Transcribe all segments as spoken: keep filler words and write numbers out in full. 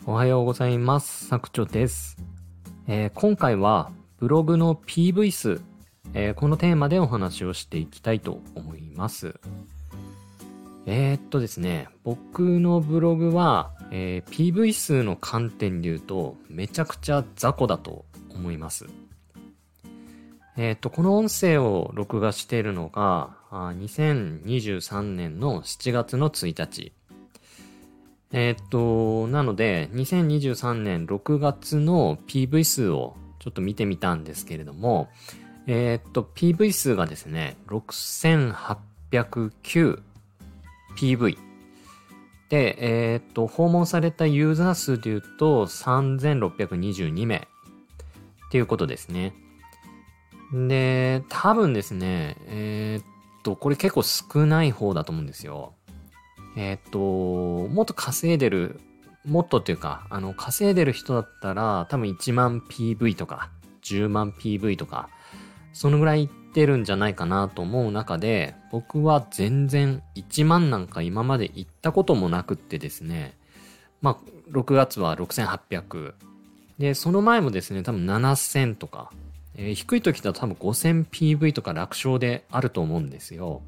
おはようございます。さくちょです、えー、今回はブログの ピーブイ 数、えー、このテーマでお話をしていきたいと思います。えー、っとですね、僕のブログは、えー、ピーブイ 数の観点で言うとめちゃくちゃ雑魚だと思います。えー、っと、この音声を録画しているのがにせんにじゅうさんねんのしちがつのついたち。えー、っと、なので、にせんにじゅうさんねんろくがつの ピーブイ 数をちょっと見てみたんですけれども、えー、っと、ピーブイ 数がですね、ろくせんはっぴゃくきゅうピーブイ。で、えー、っと、訪問されたユーザー数で言うとさんぜんろっぴゃくにじゅうにめいっていうことですね。で、多分ですね、えー、っと、これ結構少ない方だと思うんですよ。えー、っと、もっと稼いでる、もっとっていうか、あの、稼いでる人だったら、多分いちまん ピーブイ とか、じゅうまん ピーブイ とか、そのぐらいいってるんじゃないかなと思う中で、僕は全然いちまんなんか今まで行ったこともなくってですね、まあ、ろくがつはろくせんはっぴゃく。で、その前もですね、多分ななせんとか、えー、低い時だと多分 ごせんピーブイ とか楽勝であると思うんですよ。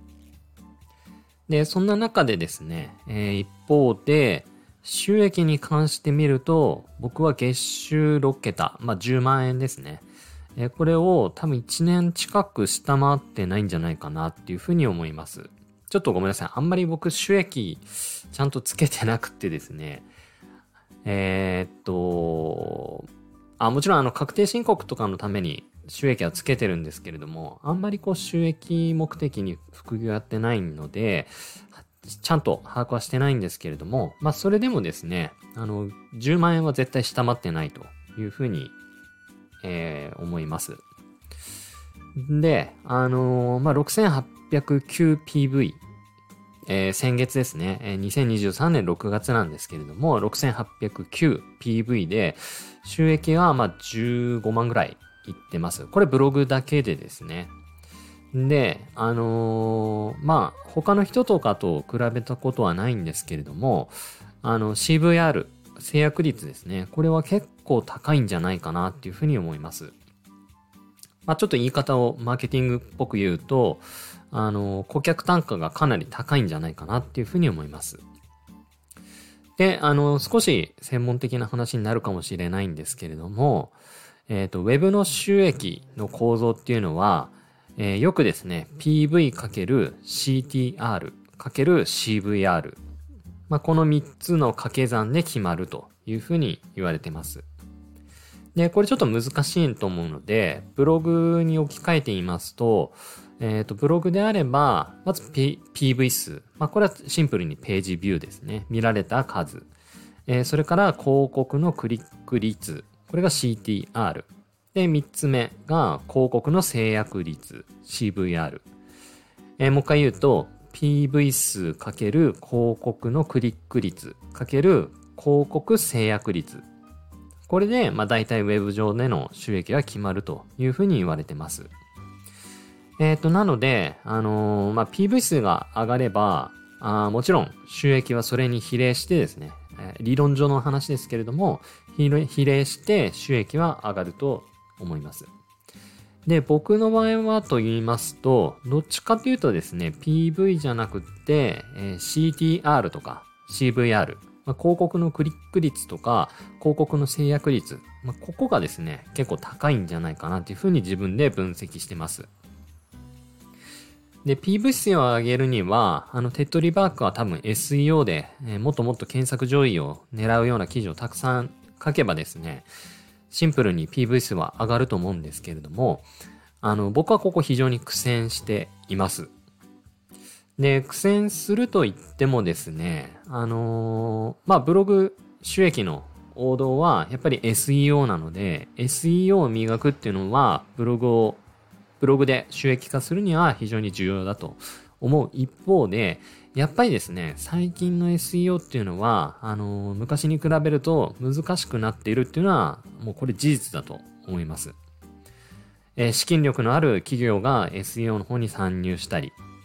で、そんな中でですね、えー、一方で、収益に関して見ると、僕は月収ろっけた、まあじゅうまんえんですね。えー、これを多分いちねん近く下回ってないんじゃないかなっていうふうに思います。ちょっとごめんなさい。あんまり僕収益ちゃんとつけてなくてですね。えー、っと、あ、もちろんあの確定申告とかのために収益はつけてるんですけれども、あんまりこう収益目的に副業やってないので、ちゃんと把握はしてないんですけれども、まあそれでもですね、あの、じゅうまんえんは絶対下回ってないというふうに、えー、思います。で、あのー、まあ ろくせんはっぴゃくきゅうピーブイ、えー、先月ですね、えー、にせんにじゅうさんねんろくがつなんですけれども、ろくせんはっぴゃくきゅうピーブイ で、収益はまあじゅうごまんぐらいいってます。これブログだけでですね。で、あのー、まあ、他の人とかと比べたことはないんですけれども、あの、シーブイアール、制約率ですね。これは結構高いんじゃないかなっていうふうに思います。まあ、ちょっと言い方をマーケティングっぽく言うと、あの、顧客単価がかなり高いんじゃないかなっていうふうに思います。で、あの、少し専門的な話になるかもしれないんですけれども、えっと、ウェブの収益の構造っていうのは、えー、よくですね、ピーブイ×シーティーアール× シーブイアール。まあ、このみっつの掛け算で決まるというふうに言われてます。で、これちょっと難しいと思うので、ブログに置き換えてみますと、えっと、ブログであれば、まず、P、ピーブイ 数。まあ、これはシンプルにページビューですね。見られた数。えー、それから広告のクリック率。これが シーティーアール。で、三つ目が広告の制約率。シーブイアール。えー、もう一回言うと、ピーブイ 数×広告のクリック率×広告制約率。これで、まあ大体ウェブ上での収益が決まるというふうに言われてます。えっと、なので、あのー、まあ ピーブイ 数が上がれば、あもちろん収益はそれに比例してですね、えー、理論上の話ですけれども、比例して収益は上がると思います。で、僕の場合はと言いますと、どっちかというとですね、ピーブイ じゃなくて、えー、シーティーアール とか シーブイアール、まあ、広告のクリック率とか広告の制約率、まあ、ここがですね、結構高いんじゃないかなというふうに自分で分析してます。で、ピーブイ 数を上げるには、あの、テッドリバークは多分 エスイーオー で、えー、もっともっと検索上位を狙うような記事をたくさん書けばですね、シンプルに ピーブイ 数は上がると思うんですけれども、あの、僕はここ非常に苦戦しています。で、苦戦すると言ってもですね、あのー、まあ、ブログ収益の王道はやっぱり エスイーオー なので、エスイーオー を磨くっていうのは、ブログを、ブログで収益化するには非常に重要だと思う一方で、やっぱりですね、最近の エスイーオー っていうのは、あのー、昔に比べると難しくなっているっていうのは、もうこれ事実だと思います。えー、資金力のある企業が エスイーオー の方に参入したり、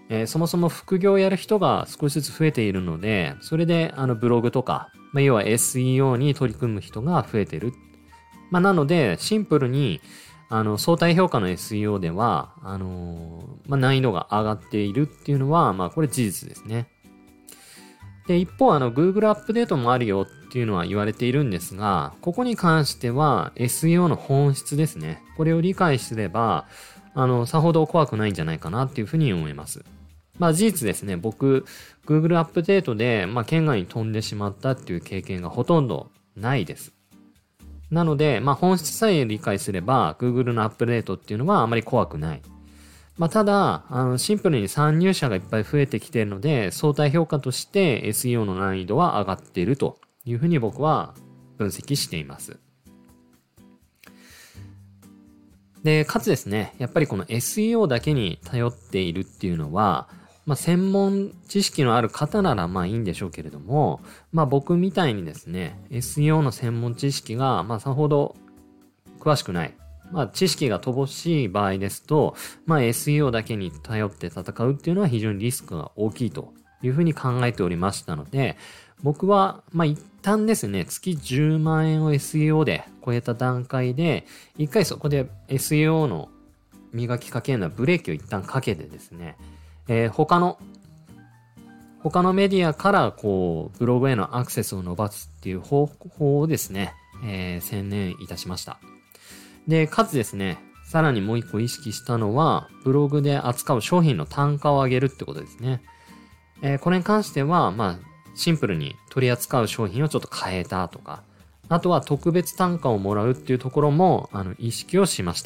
えーそもそも副業をやる人が少しずつ増えているので、それであのブログとか、まあ、要は エスイーオー に取り組む人が増えてる。まあ、なので、シンプルに、あの、相対評価の エスイーオー では、あのーまあ、難易度が上がっているっていうのは、まあ、これ事実ですね。で、一方、あの、Google アップデートもあるよっていうのは言われているんですが、ここに関しては エスイーオー の本質ですね。これを理解すれば、あの、さほど怖くないんじゃないかなっていうふうに思います。まあ事実ですね、僕、Google アップデートで、まあ県外に飛んでしまったっていう経験がほとんどないです。なので、まあ本質さえ理解すれば、Google のアップデートっていうのはあまり怖くない。まあただ、あのシンプルに参入者がいっぱい増えてきているので、相対評価として エスイーオー の難易度は上がっているというふうに僕は分析しています。で、かつですね、やっぱりこの エスイーオー だけに頼っているっていうのは、まあ、専門知識のある方ならまあいいんでしょうけれども、まあ僕みたいにですね、エスイーオー の専門知識がまあさほど詳しくない。まあ知識が乏しい場合ですと、まあ エスイーオー だけに頼って戦うっていうのは非常にリスクが大きいというふうに考えておりましたので、僕はまあ一旦ですね、月じゅうまん円を エスイーオー で超えた段階で、一回そこで エスイーオー の磨きかけるのはブレーキを一旦かけてですね、えー、他の、他のメディアからこう、ブログへのアクセスを伸ばすっていう方法をですね、えー、専念いたしました。で、かつですね、さらにもう一個意識したのは、ブログで扱う商品の単価を上げるってことですね。えー、これに関しては、まあ、シンプルに取り扱う商品をちょっと変えたとか、あとは特別単価をもらうっていうところも、あの、意識をしました。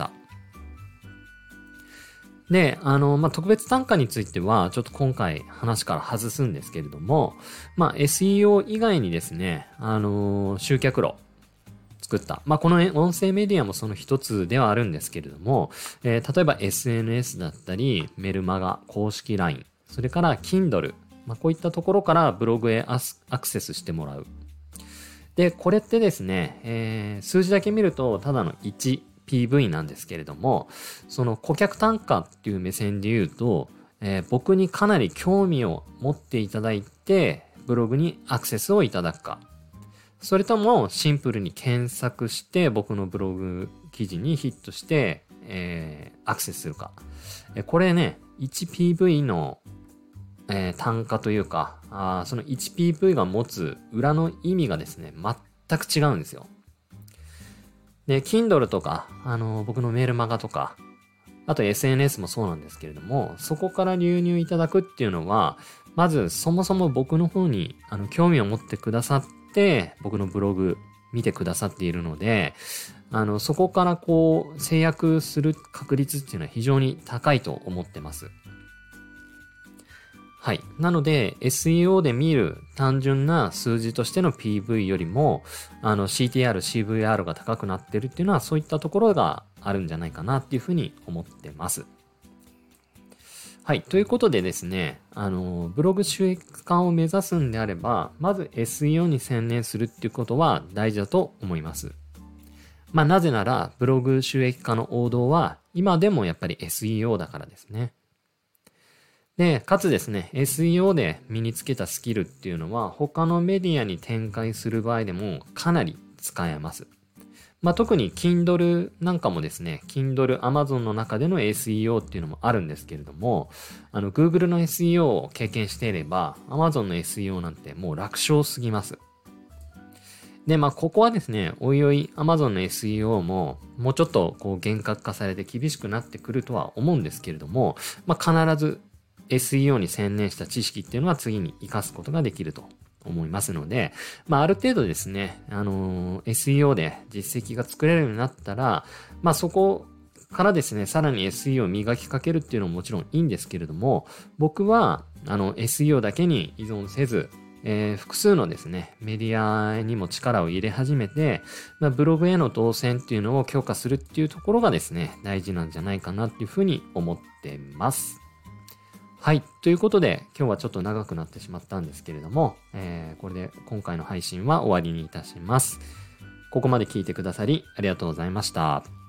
で、あの、まあ、特別単価については、ちょっと今回話から外すんですけれども、まあ、エスイーオー 以外にですね、あの、集客路作った。まあ、この音声メディアもその一つではあるんですけれども、えー、例えば エスエヌエス だったり、メルマガ、公式 ライン、それから Kindle、まあ、こういったところからブログへアクセスしてもらう。で、これってですね、えー、数字だけ見るとただのいち、ピーブイ なんですけれども、その顧客単価っていう目線で言うと、えー、僕にかなり興味を持っていただいて、ブログにアクセスをいただくか、それともシンプルに検索して僕のブログ記事にヒットして、えー、アクセスするか。えー、これね、いちピーブイ の、えー、単価というか、あその いちピーブイ が持つ裏の意味がですね、全く違うんですよ。で、Kindle とか、あの、僕のメールマガとか、あと エスエヌエス もそうなんですけれども、そこから流入いただくっていうのは、まずそもそも僕の方にあの興味を持ってくださって、僕のブログ見てくださっているので、あの、そこからこう制約する確率っていうのは非常に高いと思ってます。はい。なので、エスイーオー で見る単純な数字としての ピーブイ よりも、あの シーティーアール、シーブイアール が高くなってるっていうのは、そういったところがあるんじゃないかなっていうふうに思ってます。はい。ということでですね、あの、ブログ収益化を目指すんであれば、まず エスイーオー に専念するっていうことは大事だと思います。まあ、なぜなら、ブログ収益化の王道は、今でもやっぱり エスイーオー だからですね。で、かつですね、エスイーオー で身につけたスキルっていうのは他のメディアに展開する場合でもかなり使えます。まあ、特に Kindle なんかもですね、Kindle Amazon の中での エスイーオー っていうのもあるんですけれども、あの Google の エスイーオー を経験していれば Amazon の エスイーオー なんてもう楽勝すぎます。で、まあ、ここはですね、おいおい Amazon の エスイーオー ももうちょっとこう厳格化されて厳しくなってくるとは思うんですけれども、まあ、必ずエスイーオー に専念した知識っていうのは次に活かすことができると思いますので、まあある程度ですね、あのー、エスイーオー で実績が作れるようになったら、まあそこからですね、さらに エスイーオー を磨きかけるっていうのももちろんいいんですけれども、僕はあの エスイーオー だけに依存せず、えー、複数のですね、メディアにも力を入れ始めて、まあ、ブログへの動線っていうのを強化するっていうところがですね、大事なんじゃないかなっていうふうに思ってます。はい。ということで、今日はちょっと長くなってしまったんですけれども、えー、これで今回の配信は終わりにいたします。ここまで聞いてくださりありがとうございました。